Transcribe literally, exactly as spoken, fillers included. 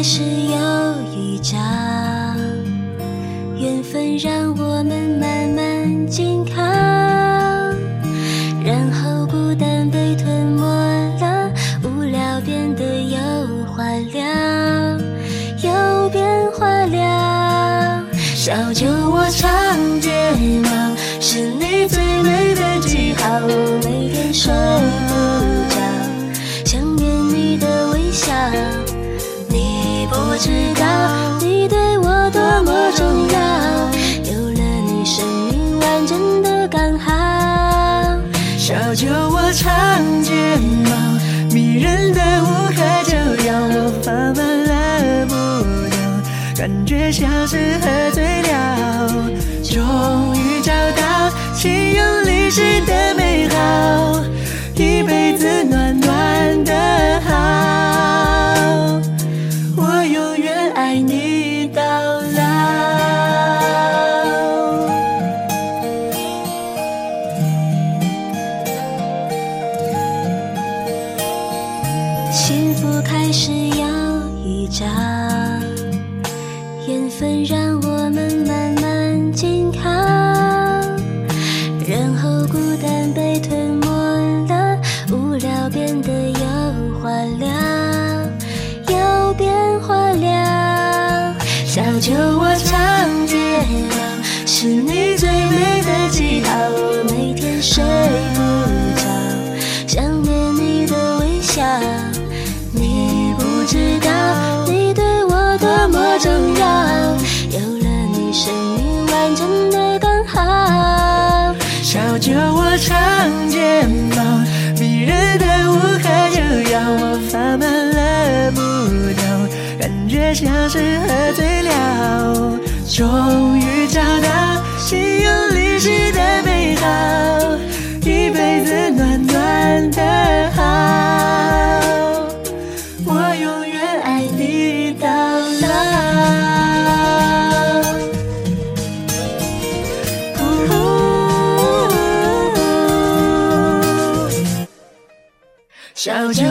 始有预兆，缘分让我们慢慢紧靠，然后孤单被吞没了，无聊变得有话聊，有变化了。小酒窝长睫毛，是你最美的记号，每天睡不着，想念你的微笑。你不知道你对我多么重要，有了你生命完整的刚好。 小酒窝长睫毛，迷人的无可救药，我放慢了步调，感觉像是喝醉了，终于找到心有离时的美好，一辈子暖暖的好，我永远爱你到老。 幸福开始有预兆，缘分让我们慢慢紧靠，然后孤单被吞没了，无聊变得有话聊，有变化了。 小酒窝长睫毛，是你最美的记号， 每天睡不着，想念你的微笑。你不知道你对我多么重要，有了你生命完整的刚好。 小酒窝长睫毛，迷人的无可救药，我放慢了步调，感觉像是喝醉了，终于找到心有离时的美好，一辈子暖暖的好，我永远爱你到老。小酒